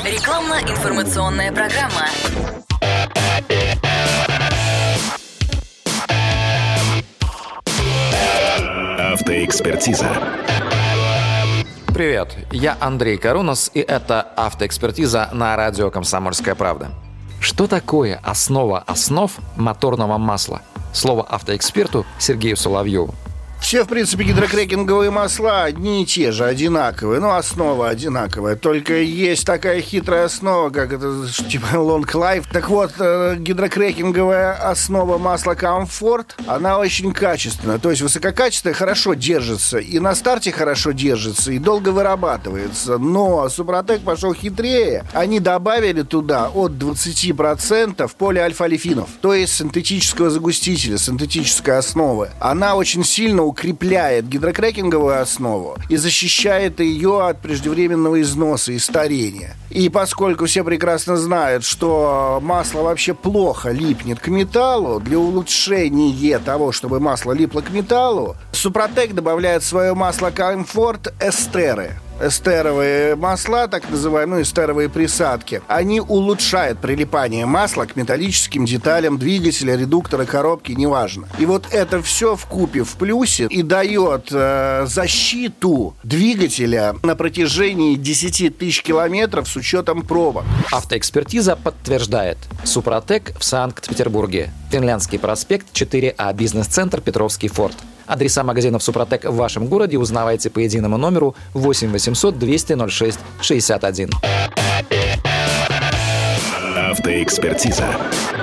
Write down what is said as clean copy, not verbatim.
Рекламно-информационная программа. Автоэкспертиза. Привет, я Андрей Карунос, и это «Автоэкспертиза» на радио «Комсомольская правда». Что такое основа основ моторного масла? Слово автоэксперту Сергею Соловьеву. Все, в принципе, гидрокрекинговые масла одни и те же, одинаковые. Ну, основа одинаковая. Только есть такая хитрая основа, как это, типа, Long Life. Так вот, гидрокрекинговая основа масла Comfort, она очень качественная. То есть высококачественная, хорошо держится. И на старте хорошо держится, и долго вырабатывается. Но Супротек пошел хитрее. Они добавили туда от 20% полиальфа-олефинов. То есть синтетического загустителя, синтетической основы. Она очень сильно укрепляет гидрокрекинговую основу и защищает ее от преждевременного износа и старения. И поскольку все прекрасно знают, что масло вообще плохо липнет к металлу, для улучшения того, чтобы масло липло к металлу, Супротек добавляет в свое масло Comfort эстеры. Эстеровые масла, так называемые, эстеровые присадки, они улучшают прилипание масла к металлическим деталям двигателя, редуктора, коробки, неважно. И вот это все вкупе в плюсе и дает защиту двигателя на протяжении 10 тысяч километров с учетом пробок. Автоэкспертиза подтверждает. Супротек в Санкт-Петербурге. Финляндский проспект, 4А, бизнес-центр Петровский форт. Адреса магазинов «Супротек» в вашем городе узнавайте по единому номеру 8 800 200 06 61. Автоэкспертиза.